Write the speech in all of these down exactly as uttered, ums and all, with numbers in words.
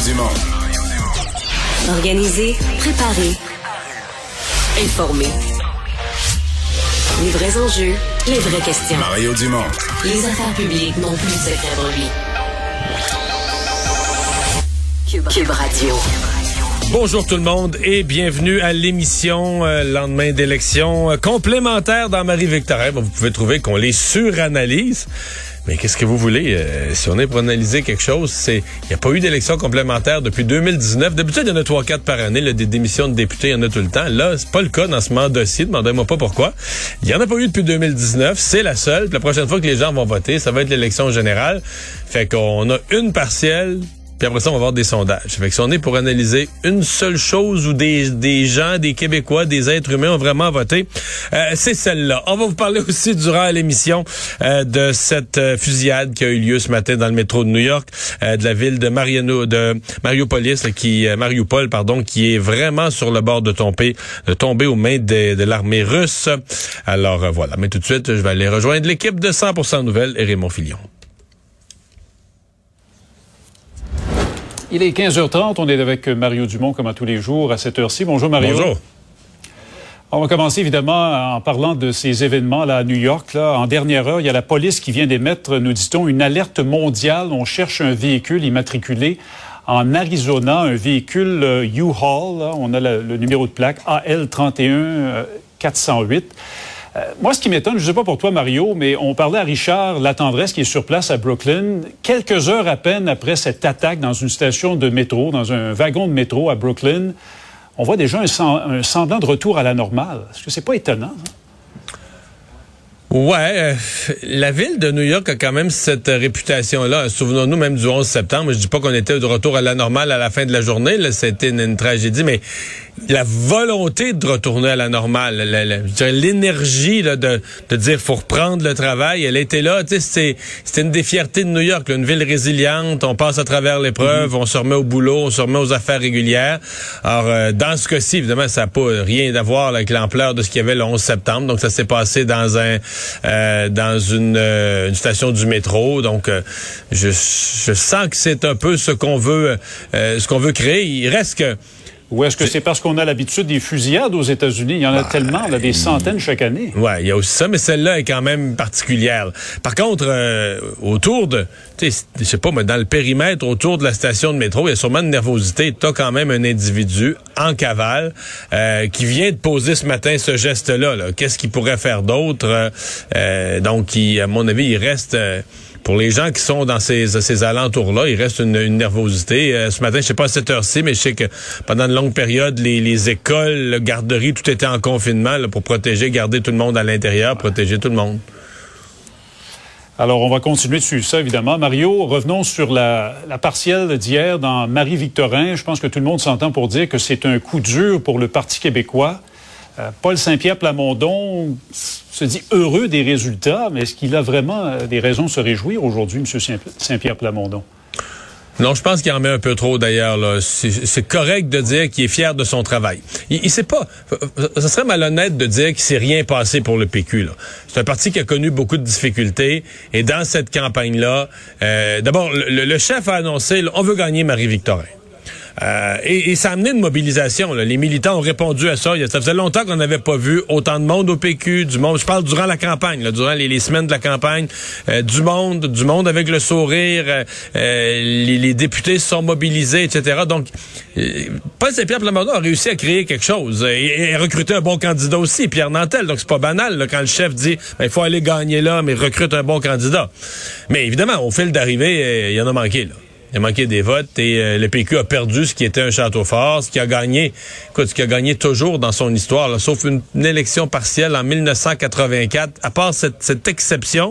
Dumont. Organiser, préparer, informer. Les vrais enjeux, les vraies questions. Mario Dumont. Les affaires publiques n'ont plus de secret pour lui. Cube, Cube Radio. Bonjour tout le monde et bienvenue à l'émission euh, lendemain d'élection euh, complémentaire dans Marie-Victorin. Bon, vous pouvez trouver qu'on les suranalyse. Mais qu'est-ce que vous voulez? Euh, si on est pour analyser quelque chose, c'est il n'y a pas eu d'élection complémentaire depuis deux mille dix-neuf. D'habitude, il y en a trois quatre par année. Là, des démissions de députés, il y en a tout le temps. Là, c'est pas le cas dans ce mandat-ci. Demandez-moi pas pourquoi. Il n'y en a pas eu depuis deux mille dix-neuf. C'est la seule. Puis la prochaine fois que les gens vont voter, ça va être l'élection générale. Fait qu'on a une partielle. Puis après ça, on va avoir des sondages. Fait que si on est pour analyser une seule chose où des, des gens, des Québécois, des êtres humains ont vraiment voté, euh, c'est celle-là. On va vous parler aussi durant l'émission euh, de cette euh, fusillade qui a eu lieu ce matin dans le métro de New York, euh, de la ville de Mariano, de Mariupolis, là, qui, euh, Mariupol, pardon, qui est vraiment sur le bord de tomber, de tomber aux mains de, de l'armée russe. Alors euh, voilà. Mais tout de suite, je vais aller rejoindre l'équipe de cent pour cent Nouvelles et Raymond Filion. Il est quinze heures trente, on est avec Mario Dumont comme à tous les jours à cette heure-ci. Bonjour Mario. Bonjour. On va commencer évidemment en parlant de ces événements là à New York. Là. En dernière heure, il y a la police qui vient d'émettre, nous dit-on, une alerte mondiale. On cherche un véhicule immatriculé en Arizona, un véhicule euh, U-Haul. Là. On a la, le numéro de plaque A L trente et un quatre cent huit. Euh, moi, ce qui m'étonne, je ne sais pas pour toi, Mario, mais on parlait à Richard Latendresse, qui est sur place à Brooklyn, quelques heures à peine après cette attaque dans une station de métro, dans un wagon de métro à Brooklyn. On voit déjà un, sem- un semblant de retour à la normale. Est-ce que c'est pas étonnant? Hein? Ouais, euh, la ville de New York a quand même cette euh, réputation-là. Souvenons-nous même du onze septembre. Je dis pas qu'on était de retour à la normale à la fin de la journée. Là, c'était une, une tragédie, mais la volonté de retourner à la normale, la, la, je dirais l'énergie là, de, de dire faut reprendre le travail, elle était là. Tu sais, c'est, c'était une des fiertés de New York, là, une ville résiliente. On passe à travers l'épreuve, mm-hmm. on se remet au boulot, on se remet aux affaires régulières. Alors, euh, dans ce cas-ci, évidemment, ça n'a pas rien à voir avec l'ampleur de ce qu'il y avait le onze septembre. Donc, ça s'est passé dans un Euh, dans une, euh, une station du métro. Donc, euh, je, je sens que c'est un peu ce qu'on veut, euh, ce qu'on veut créer. Il reste que... Ou est-ce que c'est parce qu'on a l'habitude des fusillades aux États-Unis? Il y en a bah, tellement, là, des centaines chaque année. Ouais, il y a aussi ça, mais celle-là est quand même particulière. Par contre, euh, autour de, tu sais, je sais pas, mais dans le périmètre autour de la station de métro, il y a sûrement une nervosité. T'as quand même un individu en cavale euh, qui vient de poser ce matin ce geste-là. Là. Qu'est-ce qu'il pourrait faire d'autre? Euh, donc, il, à mon avis, il reste... Euh, Pour les gens qui sont dans ces, ces alentours-là, il reste une, une nervosité. Euh, ce matin, je sais pas à cette heure-ci, mais je sais que pendant une longue période, les, les écoles, les garderies, tout était en confinement là, pour protéger, garder tout le monde à l'intérieur, protéger tout le monde. Alors, on va continuer de suivre ça, évidemment. Mario, revenons sur la, la partielle d'hier dans Marie-Victorin. Je pense que tout le monde s'entend pour dire que c'est un coup dur pour le Parti québécois. Euh, Paul Saint-Pierre Plamondon se dit heureux des résultats, mais est-ce qu'il a vraiment euh, des raisons de se réjouir aujourd'hui, M. Saint-Pierre Plamondon? Non, je pense qu'il en met un peu trop, d'ailleurs. Là. C'est, c'est correct de dire qu'il est fier de son travail. Il, il sait pas... Ce serait malhonnête de dire qu'il s'est rien passé pour le P Q. Là. C'est un parti qui a connu beaucoup de difficultés. Et dans cette campagne-là, euh, d'abord, le, le chef a annoncé, là, on veut gagner Marie-Victorin. Euh, et, et ça a amené une mobilisation. Là. Les militants ont répondu à ça. Ça faisait longtemps qu'on n'avait pas vu autant de monde au P Q, du monde. Je parle durant la campagne, là, durant les, les semaines de la campagne, euh, du monde, du monde avec le sourire. Euh, les, les députés se sont mobilisés, et cetera. Donc, euh, Paul Saint-Pierre Plamondon a réussi à créer quelque chose et, et recruter un bon candidat aussi, Pierre Nantel. Donc, c'est pas banal là, quand le chef dit ben, il faut aller gagner là, mais recrute un bon candidat. Mais évidemment, au fil d'arrivée, il y en a manqué là. Il a manqué des votes et euh, le P Q a perdu ce qui était un château fort, ce qui a gagné, écoute, ce qui a gagné toujours dans son histoire, là, sauf une, une élection partielle en dix-neuf cent quatre-vingt-quatre. À part cette, cette exception,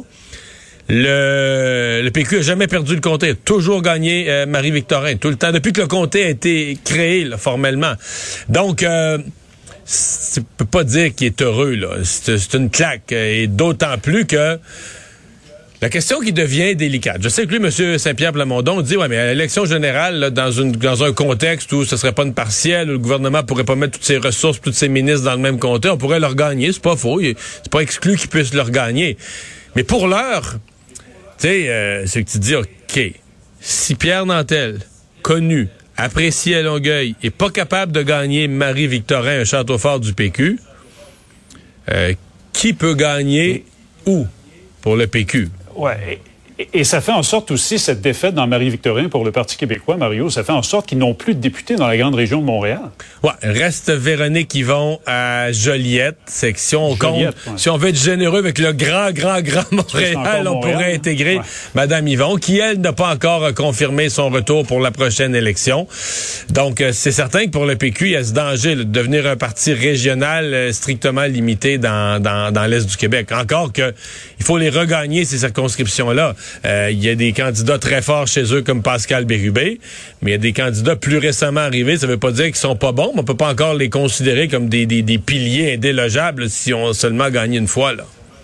le, le P Q a jamais perdu le comté, a toujours gagné euh, Marie-Victorin, tout le temps, depuis que le comté a été créé là, formellement. Donc, euh, tu peux pas dire qu'il est heureux, là. C'est, c'est une claque, et d'autant plus que la question qui devient délicate. Je sais que lui, M. Saint-Pierre Plamondon, dit, ouais, mais à l'élection générale, là, dans, une, dans un contexte où ce serait pas une partielle, où le gouvernement pourrait pas mettre toutes ses ressources, toutes ses ministres dans le même comté, on pourrait leur gagner. C'est pas faux. C'est pas exclu qu'ils puissent leur gagner. Mais pour l'heure, tu sais, euh, c'est que tu te dis, OK, si Pierre Nantel, connu, apprécié à Longueuil, et pas capable de gagner Marie-Victorin, un château fort du P Q, euh, qui peut gagner où pour le P Q? Ouais. Et, et ça fait en sorte aussi, cette défaite dans Marie-Victorin pour le Parti québécois, Mario, ça fait en sorte qu'ils n'ont plus de députés dans la grande région de Montréal. Ouais, reste Véronique Yvon à Joliette. C'est que si on compte, Joliette, ouais. si on veut être généreux avec le grand, grand, grand Montréal, on Montréal, pourrait intégrer ouais. Mme Yvon, qui, elle, n'a pas encore confirmé son retour pour la prochaine élection. Donc, euh, c'est certain que pour le P Q, il y a ce danger là, de devenir un parti régional euh, strictement limité dans, dans, dans l'Est du Québec. Encore que il faut les regagner, ces circonscriptions-là. Euh, il y a des candidats très forts chez eux, comme Pascal Bérubé, mais il y a des candidats plus récemment arrivés. Ça veut pas dire qu'ils sont pas bons, mais on peut pas encore les considérer comme des, des, des piliers indélogeables si on a seulement gagné une fois, là.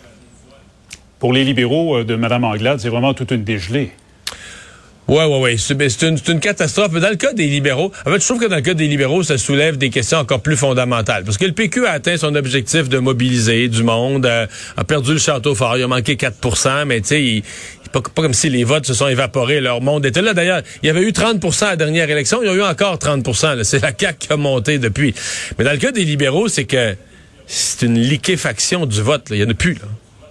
Pour les libéraux de Mme Anglade, c'est vraiment toute une dégelée. Ouais, ouais, ouais. C'est, c'est, une, c'est une catastrophe. Dans le cas des libéraux, en fait, je trouve que dans le cas des libéraux, ça soulève des questions encore plus fondamentales. Parce que le P Q a atteint son objectif de mobiliser du monde, euh, a perdu le château fort, il a manqué quatre pour cent, mais tu sais, il, pas, pas comme si les votes se sont évaporés, leur monde était là. D'ailleurs, il y avait eu trente pour cent à la dernière élection, il y a eu encore trente pour cent. Là. C'est la C A Q qui a monté depuis. Mais dans le cas des libéraux, c'est que c'est une liquéfaction du vote. Là. Il n'y en a plus, là.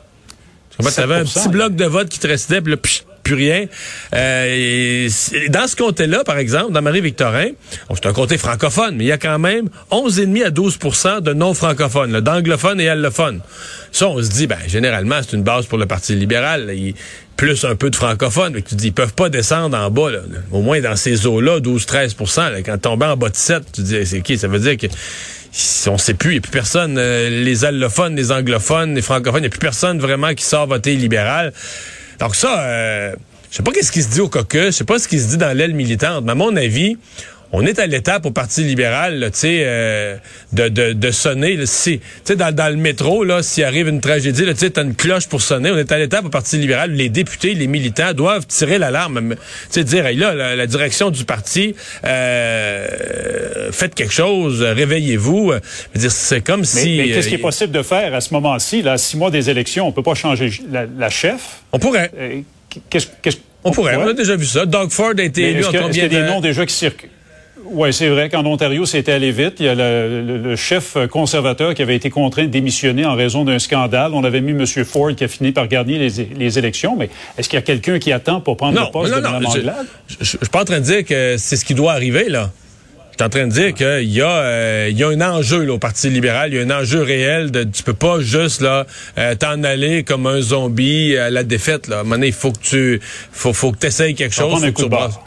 Tu avais un petit bloc de vote qui te restait, puis là, psh, plus rien. Euh, et dans ce comté-là, par exemple, dans Marie-Victorin, bon, c'est un comté francophone, mais il y a quand même onze virgule cinq à douze pour cent de non-francophones, là, d'anglophones et allophones. Ça, on se dit, ben généralement, c'est une base pour le Parti libéral. Là, il, plus un peu de francophones, mais tu dis, ils peuvent pas descendre en bas, là. Au moins dans ces eaux-là, douze à treize pour cent. Là, quand tomber en bas de sept, tu dis, c'est qui? Ça veut dire que on sait plus, il n'y a plus personne, euh, les allophones, les anglophones, les francophones, il n'y a plus personne vraiment qui sort voter libéral. Donc ça, euh, je sais pas qu'est-ce qui se dit au caucus, je sais pas ce qui se dit dans l'aile militante, mais à mon avis, on est à l'étape au Parti libéral, tu sais, euh, de, de, de sonner. Tu sais, dans, dans le métro, là, s'il arrive une tragédie, tu sais, t'as une cloche pour sonner. On est à l'étape au Parti libéral. Les députés, les militants doivent tirer l'alarme. Tu sais, dire, hey, là, la, la direction du parti, euh, faites quelque chose, réveillez-vous. Dire, c'est comme mais, si. Mais qu'est-ce euh, qui est possible de faire à ce moment-ci, là, à six mois des élections, on peut pas changer la, la chef. On pourrait. Euh, qu'est-ce, qu'est-ce, on, on pourrait. pourrait. On a déjà vu ça. Doug Ford a été mais élu en combien de temps? Est-ce qu'il y a des noms déjà qui circulent? Oui, c'est vrai qu'en Ontario, c'était allé vite. Il y a le, le, le chef conservateur qui avait été contraint de démissionner en raison d'un scandale. On avait mis M. Ford qui a fini par gagner les, les élections. Mais est-ce qu'il y a quelqu'un qui attend pour prendre non, le poste non, de Mme Anglade? Je ne suis pas en train de dire que c'est ce qui doit arriver, là. Je suis en train de dire qu'il y, euh, y a un enjeu là, au Parti libéral. Il y a un enjeu réel. De, tu peux pas juste là euh, t'en aller comme un zombie à la défaite. Là. À un moment donné, il faut que tu faut, faut que tu essayes quelque chose. Faut un coup de barre.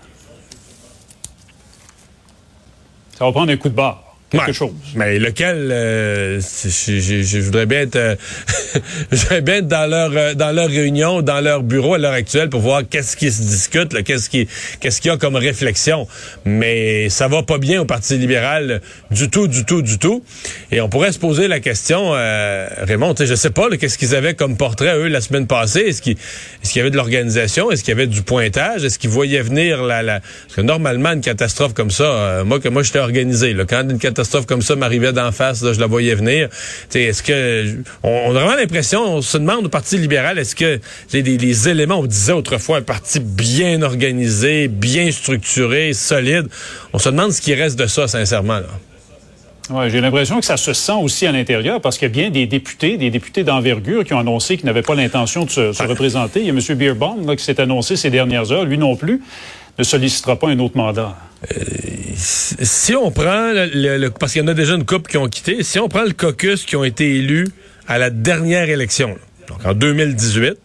Ça va prendre un coup de barre. Quelque ouais, chose. Mais lequel, euh, je, je, je voudrais bien être, euh, je voudrais bien être dans leur, euh, dans leur réunion, dans leur bureau à l'heure actuelle pour voir qu'est-ce qui se discute, là, qu'est-ce qui, qu'est-ce qu'il y a comme réflexion. Mais ça va pas bien au Parti libéral du tout, du tout, du tout. Et on pourrait se poser la question, euh, Raymond, je sais pas, là, qu'est-ce qu'ils avaient comme portrait eux la semaine passée. Est-ce qu'il, est-ce qu'il y avait de l'organisation, est-ce qu'il y avait du pointage, est-ce qu'ils voyaient venir la, la, parce que normalement une catastrophe comme ça, euh, moi que moi j'étais organisé, là, quand une catastrophe comme ça m'arrivait d'en face, là, je la voyais venir. T'sais, est-ce que on, on a vraiment l'impression, on se demande au Parti libéral, est-ce que les, les éléments, on disait autrefois un parti bien organisé, bien structuré, solide. On se demande ce qui reste de ça, sincèrement. Là. Ouais, j'ai l'impression que ça se sent aussi à l'intérieur parce qu'il y a bien des députés, des députés d'envergure qui ont annoncé qu'ils n'avaient pas l'intention de se, se représenter. Il y a M. Beerbaum là, qui s'est annoncé ces dernières heures, lui non plus ne sollicitera pas un autre mandat. Euh, si on prend, le, le, le, parce qu'il y en a déjà une couple qui ont quitté, si on prend le caucus qui ont été élus à la dernière élection, là, donc en deux mille dix-huit,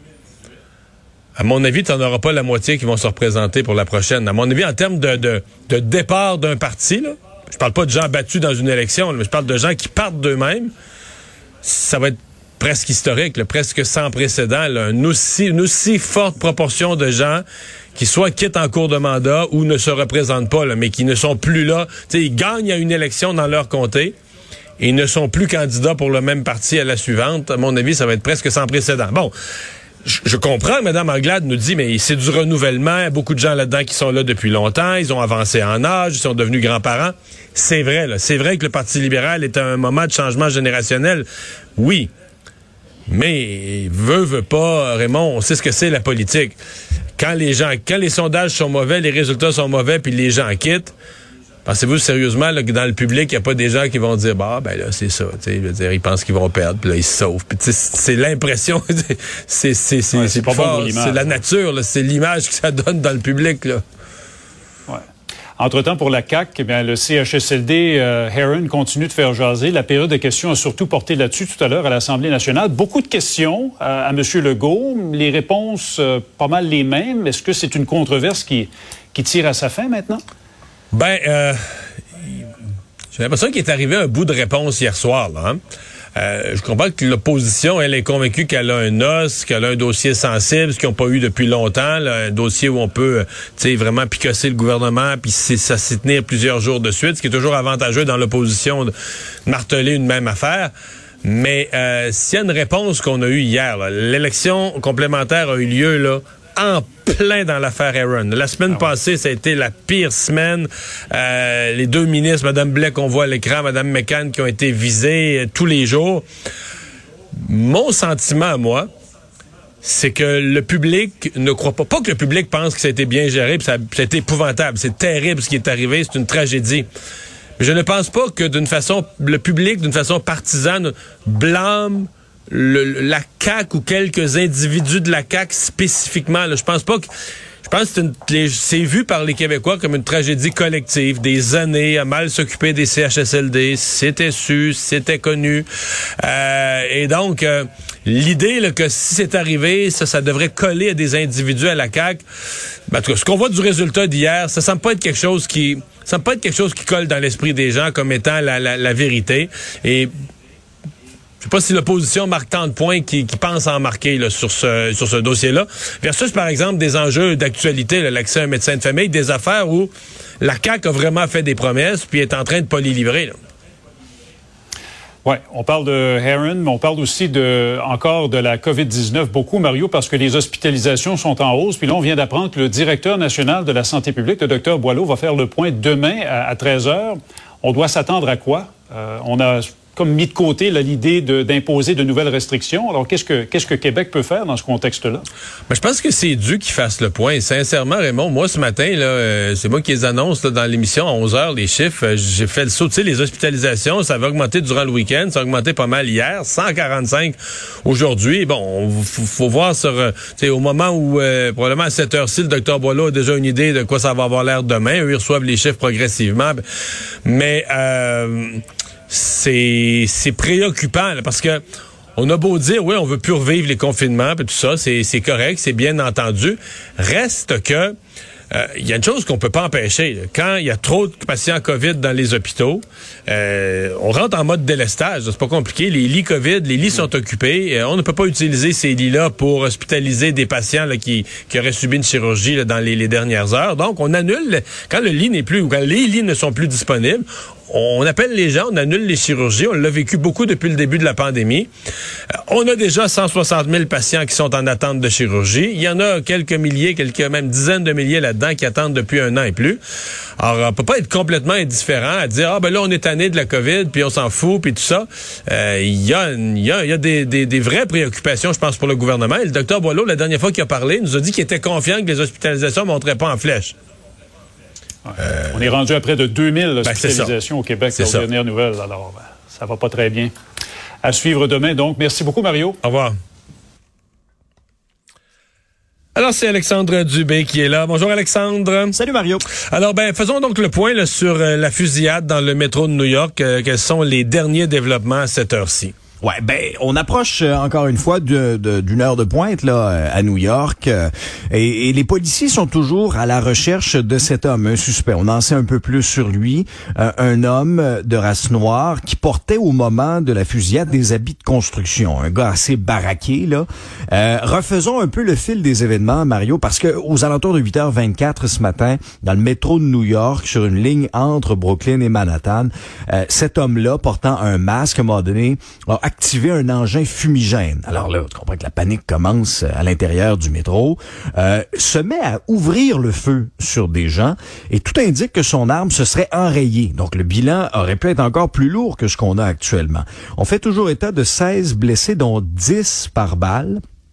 à mon avis, tu n'en auras pas la moitié qui vont se représenter pour la prochaine. À mon avis, en termes de, de, de départ d'un parti, là, je parle pas de gens battus dans une élection, là, mais je parle de gens qui partent d'eux-mêmes, ça va être presque historique, là, presque sans précédent, là, une, aussi, une aussi forte proportion de gens qui soit quittent en cours de mandat ou ne se représentent pas, là, mais qui ne sont plus là. T'sais, ils gagnent à une élection dans leur comté et ils ne sont plus candidats pour le même parti à la suivante. À mon avis, ça va être presque sans précédent. Bon, je, je comprends que Mme Anglade nous dit, mais c'est du renouvellement. Il y a beaucoup de gens là-dedans qui sont là depuis longtemps. Ils ont avancé en âge, ils sont devenus grands-parents. C'est vrai, là. C'est vrai que le Parti libéral est à un moment de changement générationnel. Oui. Mais, veut, veut pas, Raymond, on sait ce que c'est la politique. quand les gens, quand les sondages sont mauvais, les résultats sont mauvais, puis les gens quittent, pensez-vous sérieusement là, que dans le public, il n'y a pas des gens qui vont dire, bah, ben là, c'est ça, tu sais, je veux dire, ils pensent qu'ils vont perdre, puis là, ils se sauvent. Puis c'est l'impression, c'est, c'est, c'est, ouais, c'est, pas fort, bon c'est la nature, là, c'est l'image que ça donne dans le public, là. Ouais. Entre-temps, pour la C A Q, eh bien, le C H S L D euh, Heron continue de faire jaser. La période de questions a surtout porté là-dessus tout à l'heure à l'Assemblée nationale. Beaucoup de questions euh, à M. Legault. Les réponses, euh, pas mal les mêmes. Est-ce que c'est une controverse qui, qui tire à sa fin maintenant? Ben, euh, j'ai l'impression qu'il est arrivé un bout de réponse hier soir, là, hein? Euh, je comprends que l'opposition, elle est convaincue qu'elle a un os, qu'elle a un dossier sensible, ce qu'ils n'ont pas eu depuis longtemps, là, un dossier où on peut, tu sais, vraiment picosser le gouvernement, puis ça s'y tenir plusieurs jours de suite, ce qui est toujours avantageux dans l'opposition de marteler une même affaire. Mais euh, s'il y a une réponse qu'on a eue hier, l'élection complémentaire a eu lieu là en plein dans l'affaire Heron. La semaine ah ouais. passée, ça a été la pire semaine. Euh, les deux ministres, Mme Blais qu'on voit à l'écran, Mme McCann, qui ont été visés euh, tous les jours. Mon sentiment à moi, c'est que le public ne croit pas. Pas que le public pense que ça a été bien géré, puis ça, ça a été épouvantable. C'est terrible ce qui est arrivé, c'est une tragédie. Mais je ne pense pas que d'une façon, le public, d'une façon partisane, blâme Le, la C A Q ou quelques individus de la C A Q spécifiquement. Là, je pense pas que... Je pense que c'est, une, les, c'est vu par les Québécois comme une tragédie collective. Des années à mal s'occuper des C H S L D. C'était su, c'était connu. Euh, et donc, euh, l'idée là, que si c'est arrivé, ça, ça devrait coller à des individus à la C A Q. Ben, en tout cas, ce qu'on voit du résultat d'hier, ça semble pas être quelque chose qui... Ça semble pas être quelque chose qui colle dans l'esprit des gens comme étant la, la, la vérité. Et... Je sais pas si l'opposition marque tant de points qu'ils qui pensent en marquer là, sur ce sur ce dossier-là. Versus, par exemple, des enjeux d'actualité, là, l'accès à un médecin de famille, des affaires où la C A Q a vraiment fait des promesses puis est en train de pas les livrer. Là. Oui, on parle de Heron, mais on parle aussi de encore de la covid dix-neuf beaucoup, Mario, parce que les hospitalisations sont en hausse. Puis là, on vient d'apprendre que le directeur national de la santé publique, le docteur Boileau, va faire le point demain à, à treize heures. On doit s'attendre à quoi? Euh, on a... comme mis de côté là, l'idée de, d'imposer de nouvelles restrictions. Alors, qu'est-ce que, qu'est-ce que Québec peut faire dans ce contexte-là? Ben, je pense que c'est dû qu'ils fassent le point. Sincèrement, Raymond, moi, ce matin, là, euh, c'est moi qui les annonce là, dans l'émission à onze heures, les chiffres. Euh, j'ai fait le saut. Tu sais, les hospitalisations, ça va augmenter durant le week-end. Ça a augmenté pas mal hier. cent quarante-cinq aujourd'hui. Bon, il faut, faut voir sur... Euh, tu sais, au moment où, euh, probablement à cette heure-ci, le docteur Boileau a déjà une idée de quoi ça va avoir l'air demain. Eux, ils reçoivent les chiffres progressivement. Mais... Euh, C'est, c'est préoccupant là, parce que on a beau dire, oui, on veut plus revivre les confinements et tout ça, c'est, c'est correct, c'est bien entendu. Reste que il euh, y a une chose qu'on peut pas empêcher. Là. Quand il y a trop de patients COVID dans les hôpitaux, euh, on rentre en mode délestage. C'est pas compliqué. Les lits COVID, les lits sont occupés. Euh, on ne peut pas utiliser ces lits-là pour hospitaliser des patients là, qui, qui auraient subi une chirurgie là, dans les, les dernières heures. Donc, on annule, quand le lit n'est plus, ou quand les lits ne sont plus disponibles, on appelle les gens, on annule les chirurgies. On l'a vécu beaucoup depuis le début de la pandémie. Euh, on a déjà cent soixante mille patients qui sont en attente de chirurgie. Il y en a quelques milliers, quelques même dizaines de milliers là-dedans qui attendent depuis un an et plus. Alors, on peut pas être complètement indifférent à dire, ah ben là, on est tanné de la COVID, puis on s'en fout, puis tout ça. Euh, il y a, il y a, il y a des, des, des vraies préoccupations, je pense, pour le gouvernement. Et le docteur Boileau, la dernière fois qu'il a parlé, nous a dit qu'il était confiant que les hospitalisations ne monteraient pas en flèche. Euh, on est rendu à près de deux mille hospitalisations ben au Québec, c'est aux dernières nouvelles. Alors, ben, ça va pas très bien. À suivre demain, donc. Merci beaucoup, Mario. Au revoir. Alors, c'est Alexandre Dubé qui est là. Bonjour, Alexandre. Salut, Mario. Alors, ben, faisons donc le point là, sur euh, la fusillade dans le métro de New York. Euh, quels sont les derniers développements à cette heure-ci? Ouais, ben on approche euh, encore une fois de, de, d'une heure de pointe là euh, à New York euh, et, et les policiers sont toujours à la recherche de cet homme, un suspect. On en sait un peu plus sur lui, euh, un homme de race noire qui portait au moment de la fusillade des habits de construction, un gars assez baraqué là. Euh, refaisons un peu le fil des événements, Mario, parce que aux alentours de huit heures vingt-quatre ce matin, dans le métro de New York, sur une ligne entre Brooklyn et Manhattan, euh, cet homme-là portant un masque à un moment donné a activer un engin fumigène. Alors là, tu comprends que la panique commence à l'intérieur du métro, euh, se met à ouvrir le feu sur des gens et tout indique que son arme se serait enrayée. Donc le bilan aurait pu être encore plus lourd que ce qu'on a actuellement. On fait toujours état de seize blessés, dont dix par balle.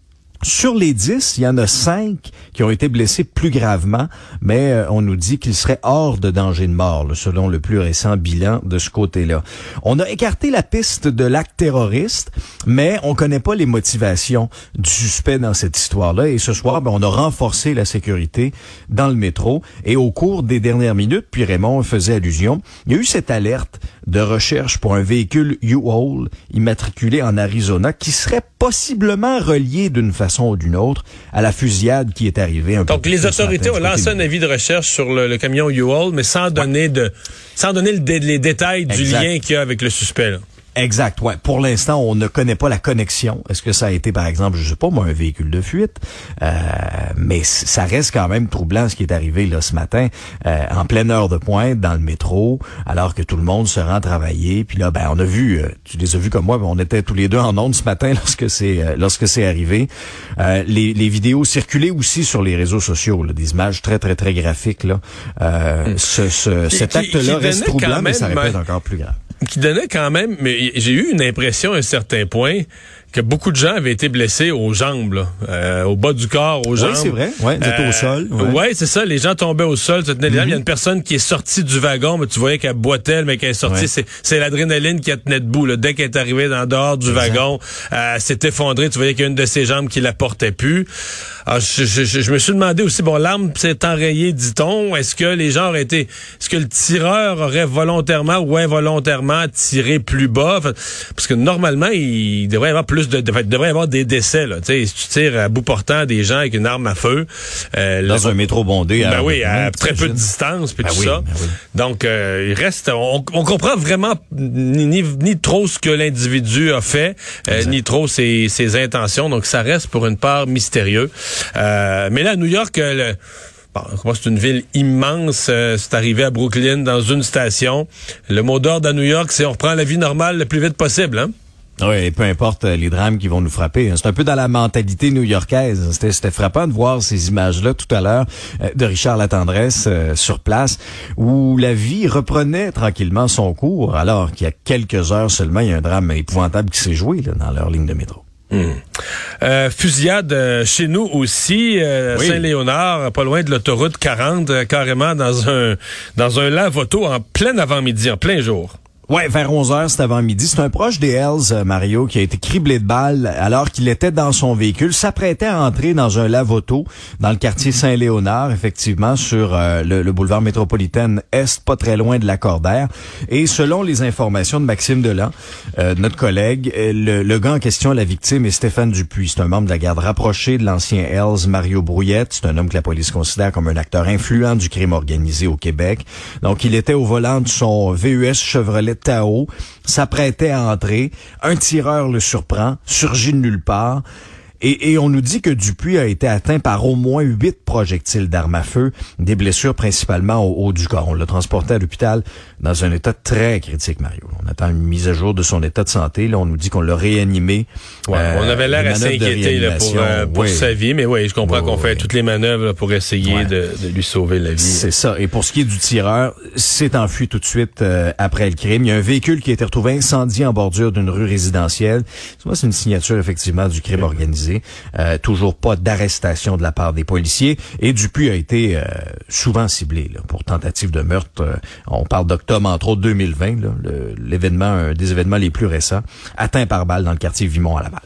Sur les dix, il y en a cinq qui ont été blessés plus gravement, mais euh, on nous dit qu'ils seraient hors de danger de mort, là, selon le plus récent bilan de ce côté-là. On a écarté la piste de l'acte terroriste, mais on connaît pas les motivations du suspect dans cette histoire-là. Et ce soir, ben, on a renforcé la sécurité dans le métro. Et au cours des dernières minutes, puis Raymond faisait allusion, il y a eu cette alerte de recherche pour un véhicule U-Haul immatriculé en Arizona qui serait possiblement relié d'une façon ou d'une autre à la fusillade qui est arrivée un peu. Donc les autorités ont lancé un avis de recherche sur le, le camion U-Haul, mais sans donner ouais. de, sans donner le, les détails exact. du lien qu'il y a avec le suspect, là. Exact, ouais. Pour l'instant, on ne connaît pas la connexion. Est-ce que ça a été, par exemple, je sais pas, moi, un véhicule de fuite? Euh, mais ça reste quand même troublant ce qui est arrivé là ce matin, euh, en pleine heure de pointe, dans le métro, alors que tout le monde se rend travailler. Puis là, ben, on a vu, euh, tu les as vus comme moi, ben, on était tous les deux en ondes ce matin lorsque c'est euh, lorsque c'est arrivé. Euh, les, les vidéos circulaient aussi sur les réseaux sociaux, là, des images très, très, très graphiques. Là. Euh, hum. ce, ce, cet qui, acte-là qui reste troublant, même, mais ça répète ben... encore plus grave. Qui donnait quand même, mais j'ai eu une impression à un certain point que beaucoup de gens avaient été blessés aux jambes, là, euh, au bas du corps, aux jambes. Oui, c'est vrai. Ouais, ils étaient euh, au sol. Ouais, ouais c'est ça. Les gens tombaient au sol, se tenaient les jambes. Il y a une personne qui est sortie du wagon, mais tu voyais qu'elle boitait, mais qu'elle est sortie. Ouais. C'est, c'est l'adrénaline qui la tenait debout. Là. Dès qu'elle est arrivée dans dehors du exact. wagon, euh, elle s'est effondrée. Tu voyais qu'il y a une de ses jambes qui la portait plus. Alors, je, je, je, je me suis demandé aussi, bon, l'arme s'est enrayée, dit-on. Est-ce que les gens auraient été, est-ce que le tireur aurait volontairement ou involontairement tiré plus bas? Parce que normalement, il devrait y avoir plus de, de il devrait y avoir des décès, là. Tu sais, si tu tires à bout portant des gens avec une arme à feu. Euh, Dans là, un métro bondé. Ben oui, à très peu de distance, puis ben tout oui, ça. Ben oui. Donc, euh, il reste, on, on comprend vraiment ni, ni, ni trop ce que l'individu a fait, euh, ni trop ses, ses intentions. Donc, ça reste pour une part mystérieux. Euh, mais là, à New York, le, bon, c'est une ville immense. Euh, c'est arrivé à Brooklyn, dans une station. Le mot d'ordre à New York, c'est on reprend la vie normale le plus vite possible, hein? Oui, peu importe les drames qui vont nous frapper. C'est un peu dans la mentalité new-yorkaise. C'était, c'était frappant de voir ces images-là tout à l'heure euh, de Richard Latendresse euh, sur place, où la vie reprenait tranquillement son cours, alors qu'il y a quelques heures seulement, il y a un drame épouvantable qui s'est joué là, dans leur ligne de métro. Mmh. Euh, fusillade euh, chez nous aussi, euh, oui. Saint-Léonard, pas loin de l'autoroute quarante, euh, carrément dans un dans un lave-auto en plein avant-midi, en plein jour. Ouais, vers onze heures, c'est avant-midi. C'est un proche des Hells, Mario, qui a été criblé de balles alors qu'il était dans son véhicule, s'apprêtait à entrer dans un lave-auto dans le quartier Saint-Léonard, effectivement, sur euh, le, le boulevard métropolitain Est, pas très loin de Lacordaire. Et selon les informations de Maxime Delan, euh, notre collègue, le, le gars en question, la victime, est Stéphane Dupuis. C'est un membre de la garde rapprochée de l'ancien Hells, Mario Brouillette. C'est un homme que la police considère comme un acteur influent du crime organisé au Québec. Donc, il était au volant de son V U S Chevrolet Tahoe, s'apprêtait à entrer. Un tireur le surprend, surgit de nulle part. Et, et on nous dit que Dupuis a été atteint par au moins huit projectiles d'armes à feu, des blessures principalement au haut du corps. On l'a transporté à l'hôpital dans un état très critique, Mario. On attend une mise à jour de son état de santé. Là, on nous dit qu'on l'a réanimé. Ouais, euh, on avait l'air assez inquiété là, pour, euh, pour oui. sa vie, mais oui, je comprends oui, qu'on oui. fait toutes les manœuvres là, pour essayer ouais. de, de lui sauver la vie. C'est ça. Et pour ce qui est du tireur, s'est enfui tout de suite euh, après le crime. Il y a un véhicule qui a été retrouvé incendié en bordure d'une rue résidentielle. C'est une signature effectivement du crime oui. organisé. Euh, toujours pas d'arrestation de la part des policiers. Et Dupuis a été euh, souvent ciblé là, pour tentative de meurtre. Euh, on parle d'octobre, entre autres, deux mille vingt, là, le, l'événement, un des événements les plus récents, atteint par balle dans le quartier Vimont à Laval.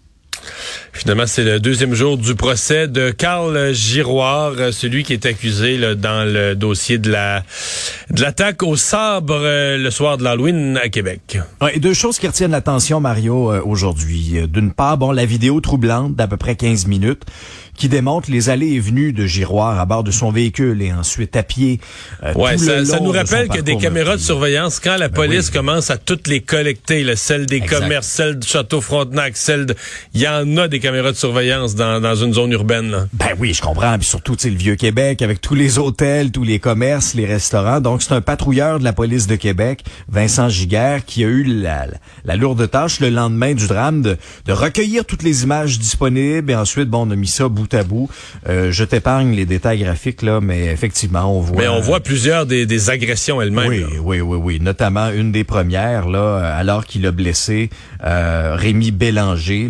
Finalement, c'est le deuxième jour du procès de Carl Giroir, celui qui est accusé là, dans le dossier de la de l'attaque au sabre euh, le soir de l'Halloween à Québec. Ouais, deux choses qui retiennent l'attention, Mario, euh, aujourd'hui. D'une part, bon, la vidéo troublante d'à peu près quinze minutes qui démontre les allées et venues de Giroir à bord de son véhicule et ensuite à pied. Euh, ouais, ça, ça nous rappelle que des caméras de surveillance, quand la ben police oui. commence à toutes les collecter, là, celles des exact. commerces, celles du Château-Frontenac, celles de... il y en a des caméras de surveillance dans, dans une zone urbaine. Là. Ben oui, je comprends. Puis surtout, tu sais, le Vieux-Québec, avec tous les hôtels, tous les commerces, les restaurants. Donc, c'est un patrouilleur de la police de Québec, Vincent Giguère, qui a eu la, la, la lourde tâche le lendemain du drame de, de recueillir toutes les images disponibles et ensuite, bon, on a mis ça bout à bout. Euh, je t'épargne les détails graphiques, là, mais effectivement, on voit... Mais on voit plusieurs des, des agressions elles-mêmes. Oui, là. oui, oui, oui. Notamment une des premières, là, alors qu'il a blessé euh, Rémi Bélanger, là, qui a été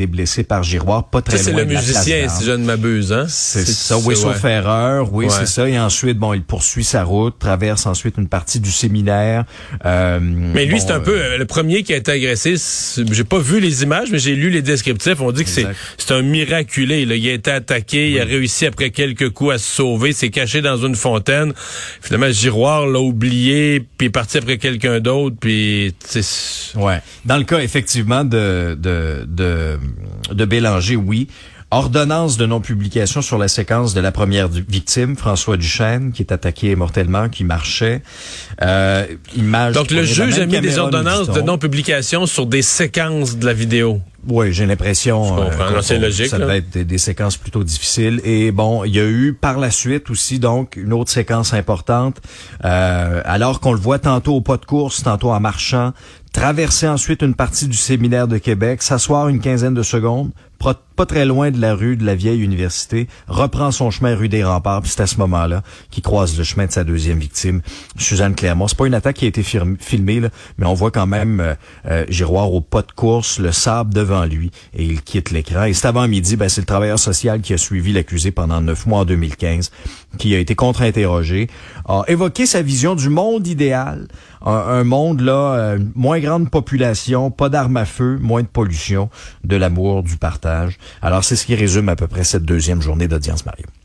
blessé par Giroir, pas très ça, loin c'est de le la musicien, place si je ne m'abuse, hein? C'est, c'est ça, oui, sauf ouais. erreur, oui, Ouais. c'est ça. Et ensuite, bon, il poursuit sa route, traverse ensuite une partie du séminaire. Euh, mais lui, bon, c'est un peu euh, le premier qui a été agressé. C'est, j'ai pas vu les images, mais j'ai lu les descriptifs. On dit que c'est, c'est un miraculé. Là. Il a été attaqué, oui. Il a réussi après quelques coups à se sauver, s'est caché dans une fontaine. Finalement, Giroir l'a oublié, puis est parti après quelqu'un d'autre, puis c'est... Ouais. Dans le cas, effectivement, de, de, de, de Bélanger, oui. Ordonnance de non-publication sur la séquence de la première victime, François Duchesne, qui est attaqué mortellement, qui marchait. Euh, image. Donc, le juge a mis des ordonnances de non-publication sur des séquences de la vidéo. Oui, j'ai l'impression. Je comprends. Euh, non, c'est logique. Ça là. devait être des, des séquences plutôt difficiles. Et bon, il y a eu par la suite aussi donc une autre séquence importante, euh, alors qu'on le voit tantôt au pas de course, tantôt en marchant, traverser ensuite une partie du séminaire de Québec, s'asseoir une quinzaine de secondes, pas très loin de la rue de la vieille université, reprend son chemin rue des Remparts, puis c'est à ce moment-là qu'il croise le chemin de sa deuxième victime, Suzanne Clermont. C'est pas une attaque qui a été firme, filmée, là, mais on voit quand même euh, euh, Giroir au pas de course, le sable devant lui, et il quitte l'écran. Et c'est avant midi, ben, c'est le travailleur social qui a suivi l'accusé pendant neuf mois en deux mille quinze, qui a été contre-interrogé, a évoqué sa vision du monde idéal, un, un monde là, euh, moins grande population, pas d'armes à feu, moins de pollution, de l'amour, du partage. Alors, c'est ce qui résume à peu près cette deuxième journée d'audience, Mario.